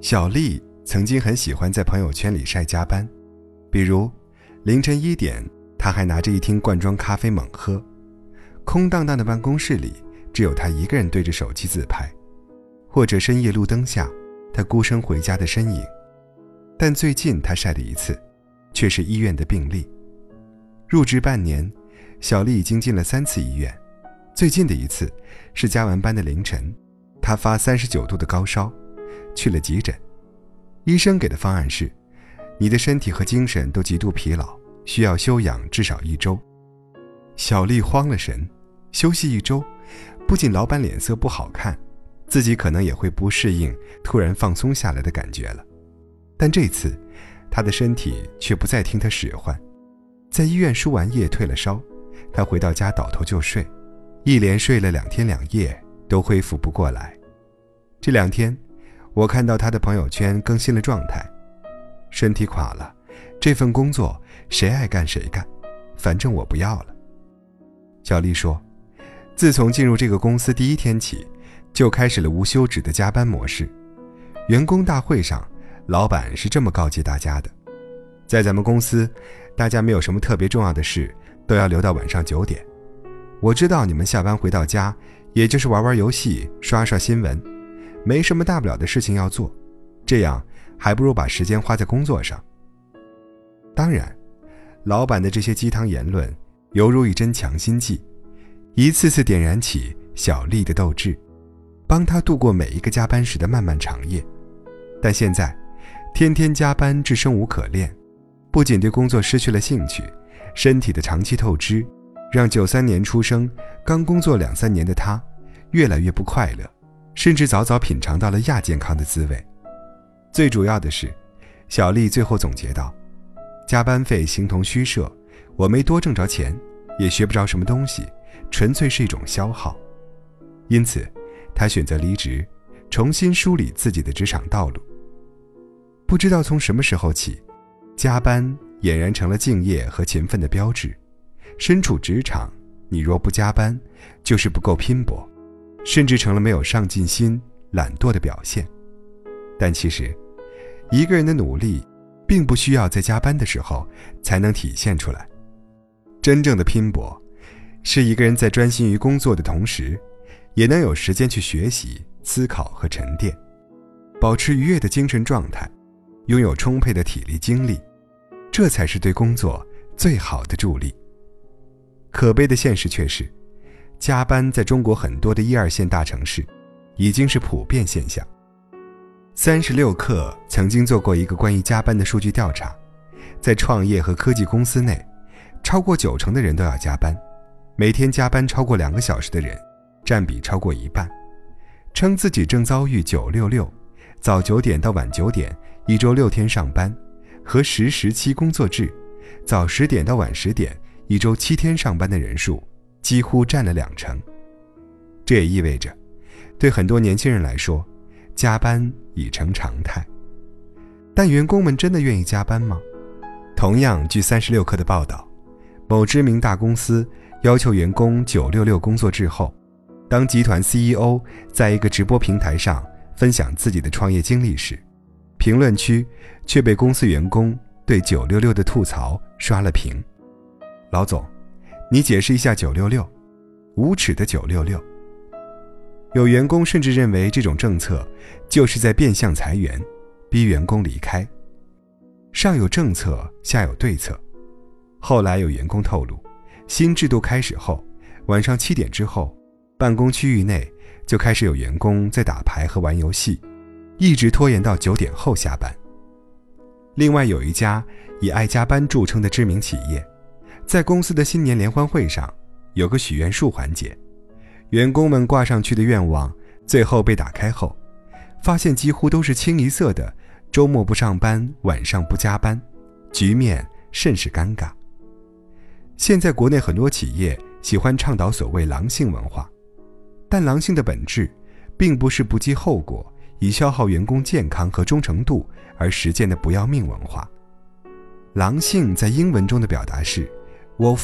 小丽曾经很喜欢在朋友圈里晒加班，比如凌晨1点，她还拿着一听罐装咖啡猛喝，空荡荡的办公室里只有她一个人对着手机自拍，或者深夜路灯下她孤身回家的身影。但最近她晒的一次却是医院的病历。入职半年，小丽已经进了3次医院，最近的一次是加完班的凌晨，她发39度的高烧，去了急诊。医生给的方案是，你的身体和精神都极度疲劳，需要休养至少1周。小丽慌了神，休息1周，不仅老板脸色不好看，自己可能也会不适应突然放松下来的感觉了。但这次她的身体却不再听她使唤，在医院输完液退了烧，她回到家倒头就睡，一连睡了2天2夜都恢复不过来。这2天我看到她的朋友圈更新了状态，身体垮了，这份工作谁爱干谁干，反正我不要了。小丽说，自从进入这个公司第1天起，就开始了无休止的加班模式。员工大会上，老板是这么告诫大家的，在咱们公司，大家没有什么特别重要的事，都要留到晚上9点。我知道你们下班回到家，也就是玩玩游戏，刷刷新闻，没什么大不了的事情要做，这样还不如把时间花在工作上。当然，老板的这些鸡汤言论犹如一针强心剂，一次次点燃起小丽的斗志，帮她度过每一个加班时的漫漫长夜。但现在天天加班至生无可恋，不仅对工作失去了兴趣，身体的长期透支让93年出生刚工作2-3年的她越来越不快乐，甚至早早品尝到了亚健康的滋味。最主要的是，小丽最后总结道，加班费形同虚设，我没多挣着钱，也学不着什么东西，纯粹是一种消耗。因此她选择离职，重新梳理自己的职场道路。不知道从什么时候起，加班俨然成了敬业和勤奋的标志。身处职场，你若不加班，就是不够拼搏，甚至成了没有上进心、懒惰的表现。但其实，一个人的努力，并不需要在加班的时候才能体现出来。真正的拼搏，是一个人在专心于工作的同时，也能有时间去学习、思考和沉淀，保持愉悦的精神状态，拥有充沛的体力精力，这才是对工作最好的助力。可悲的现实却是，加班在中国很多的1、2线大城市已经是普遍现象。36氪曾经做过一个关于加班的数据调查，在创业和科技公司内，超过90%的人都要加班，每天加班超过2个小时的人占比超过1半。称自己正遭遇966，早9点到晚9点，1周6天上班，和10-17工作制，早10点到晚10点，1周7天上班的人数几乎占了20%。这也意味着，对很多年轻人来说，加班已成常态。但员工们真的愿意加班吗？同样，据36氪的报道，某知名大公司要求员工966工作制后，当集团 CEO 在一个直播平台上分享自己的创业经历时，评论区却被公司员工对966的吐槽刷了屏。老总，你解释一下966，无耻的966。有员工甚至认为这种政策就是在变相裁员，逼员工离开。上有政策，下有对策。后来有员工透露，新制度开始后，晚上7点之后，办公区域内就开始有员工在打牌和玩游戏，一直拖延到9点后下班。另外有一家以爱加班著称的知名企业，在公司的新年联欢会上有个许愿树环节，员工们挂上去的愿望最后被打开后，发现几乎都是清一色的周末不上班，晚上不加班，局面甚是尴尬。现在国内很多企业喜欢倡导所谓狼性文化，但狼性的本质并不是不计后果，以消耗员工健康和忠诚度而实践的不要命文化。狼性在英文中的表达是 Wolf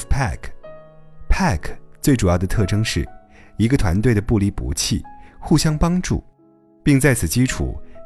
Pack。 最主要的特征是一个团队的不离不弃，互相帮助，并在此基础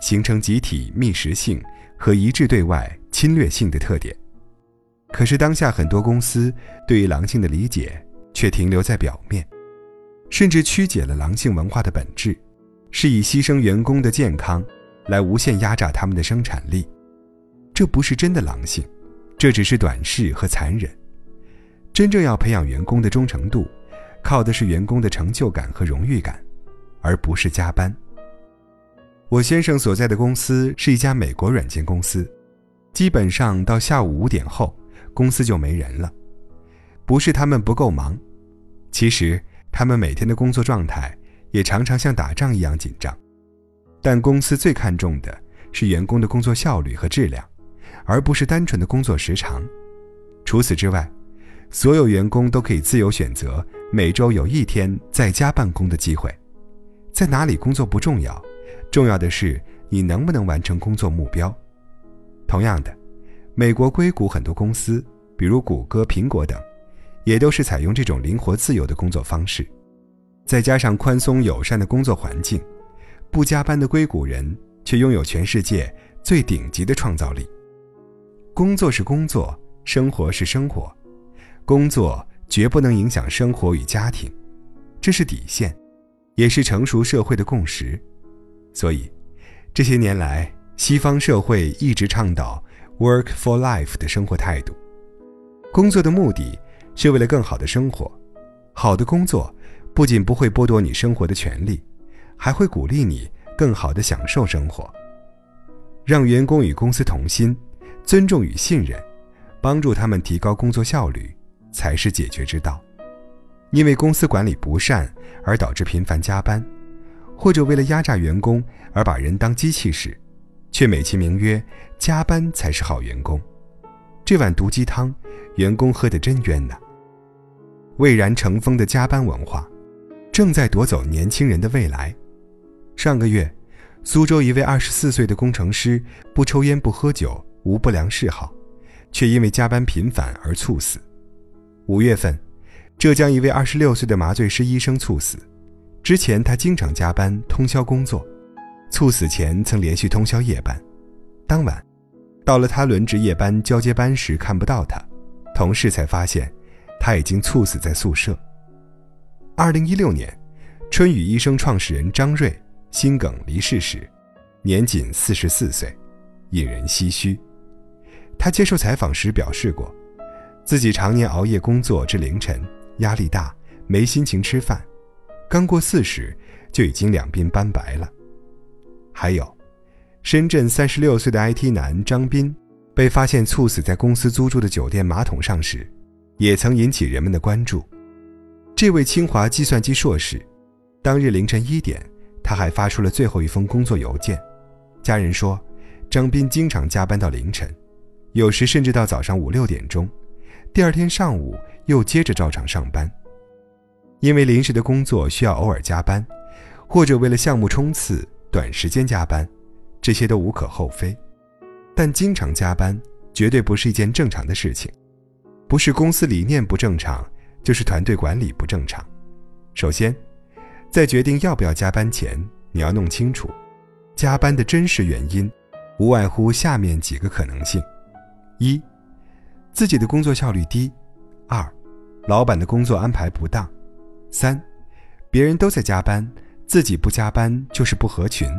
形成集体密实性和一致对外侵略性的特点。可是当下很多公司对于狼性的理解却停留在表面，甚至曲解了狼性文化的本质，是以牺牲员工的健康来无限压榨他们的生产力。这不是真的狼性，这只是短视和残忍。真正要培养员工的忠诚度，靠的是员工的成就感和荣誉感，而不是加班。我先生所在的公司是一家美国软件公司，基本上到下午5点后，公司就没人了。不是他们不够忙，其实他们每天的工作状态也常常像打仗一样紧张。但公司最看重的是员工的工作效率和质量，而不是单纯的工作时长。除此之外，所有员工都可以自由选择每周有1天在家办公的机会。在哪里工作不重要，重要的是你能不能完成工作目标。同样的，美国硅谷很多公司，比如谷歌、苹果等，也都是采用这种灵活自由的工作方式。再加上宽松友善的工作环境，不加班的硅谷人却拥有全世界最顶级的创造力。工作是工作，生活是生活，工作绝不能影响生活与家庭，这是底线，也是成熟社会的共识。所以这些年来，西方社会一直倡导 work for life 的生活态度。工作的目的是为了更好的生活，好的工作不仅不会剥夺你生活的权利，还会鼓励你更好地享受生活。让员工与公司同心，尊重与信任，帮助他们提高工作效率，才是解决之道。因为公司管理不善而导致频繁加班，或者为了压榨员工而把人当机器使，却美其名曰加班才是好员工，这碗毒鸡汤员工喝得真冤呐。蔚然成风的加班文化正在夺走年轻人的未来。上个月，苏州一位24岁的工程师不抽烟不喝酒，无不良嗜好，却因为加班频繁而猝死。5月份，浙江一位26岁的麻醉师医生猝死。之前他经常加班通宵工作，猝死前曾连续通宵夜班。当晚到了他轮值夜班交接班时看不到他，同事才发现他已经猝死在宿舍。2016年，春雨医生创始人张瑞心梗离世时，年仅44岁，引人唏嘘。他接受采访时表示过，自己常年熬夜工作至凌晨，压力大，没心情吃饭，刚过40就已经2鬓斑白了。还有，深圳36岁的 IT 男张斌被发现猝死在公司租住的酒店马桶上时，也曾引起人们的关注。这位清华计算机硕士，当日凌晨1点，他还发出了最后一封工作邮件。家人说，张斌经常加班到凌晨，有时甚至到早上5、6点钟，第二天上午又接着照常上班。因为临时的工作需要偶尔加班，或者为了项目冲刺短时间加班，这些都无可厚非。但经常加班绝对不是一件正常的事情，不是公司理念不正常，就是团队管理不正常。首先，在决定要不要加班前，你要弄清楚加班的真实原因，无外乎下面几个可能性： 1. 自己的工作效率低； 2. 老板的工作安排不当； 3. 别人都在加班，自己不加班就是不合群；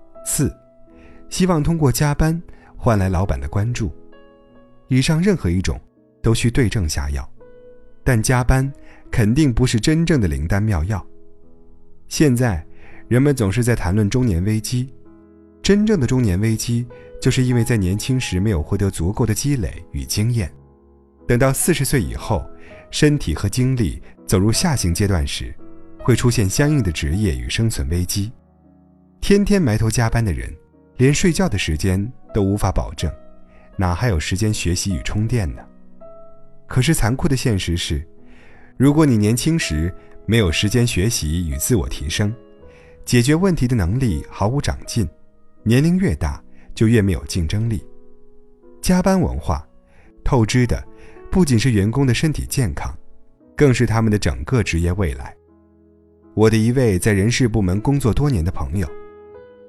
4. 希望通过加班换来老板的关注。以上任何一种都需对症下药，但加班肯定不是真正的灵丹妙药。现在人们总是在谈论中年危机，真正的中年危机就是因为在年轻时没有获得足够的积累与经验，等到40岁以后，身体和精力走入下行阶段时，会出现相应的职业与生存危机。天天埋头加班的人，连睡觉的时间都无法保证，哪还有时间学习与充电呢？可是残酷的现实是，如果你年轻时没有时间学习与自我提升，解决问题的能力毫无长进，年龄越大就越没有竞争力。加班文化透支的不仅是员工的身体健康，更是他们的整个职业未来。我的一位在人事部门工作多年的朋友，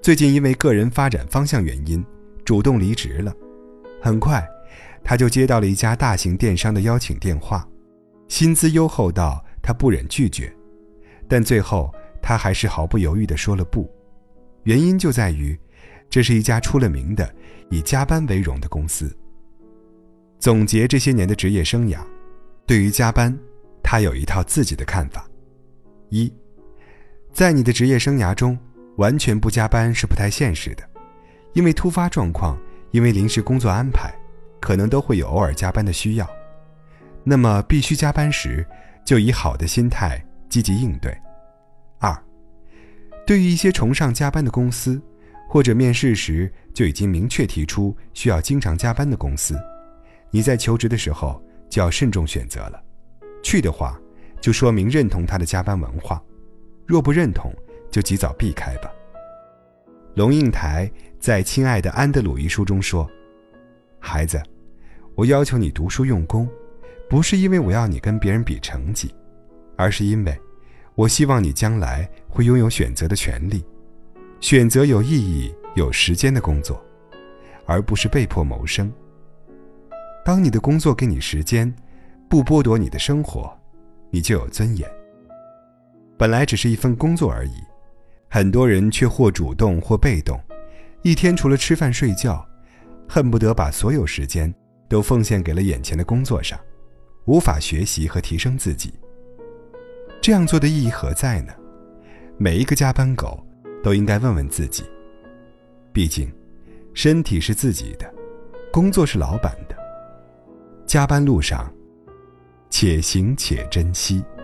最近因为个人发展方向原因，主动离职了。很快，他就接到了一家大型电商的邀请电话，薪资优厚到他不忍拒绝，但最后他还是毫不犹豫地说了不。原因就在于，这是一家出了名的以加班为荣的公司。总结这些年的职业生涯，对于加班，他有一套自己的看法。一，在你的职业生涯中，完全不加班是不太现实的，因为突发状况，因为临时工作安排，可能都会有偶尔加班的需要。那么必须加班时，就以好的心态积极应对。二，对于一些崇尚加班的公司，或者面试时就已经明确提出需要经常加班的公司，你在求职的时候就要慎重选择了。去的话，就说明认同他的加班文化；若不认同，就及早避开吧。龙应台在《亲爱的安德鲁》一书中说：“孩子，我要求你读书用功，不是因为我要你跟别人比成绩，而是因为我希望你将来会拥有选择的权利，选择有意义、有时间的工作，而不是被迫谋生。当你的工作给你时间，不剥夺你的生活，你就有尊严。本来只是一份工作而已，很多人却或主动或被动，一天除了吃饭睡觉，恨不得把所有时间都奉献给了眼前的工作上，无法学习和提升自己。这样做的意义何在呢？每一个加班狗都应该问问自己。毕竟，身体是自己的，工作是老板的。加班路上，且行且珍惜。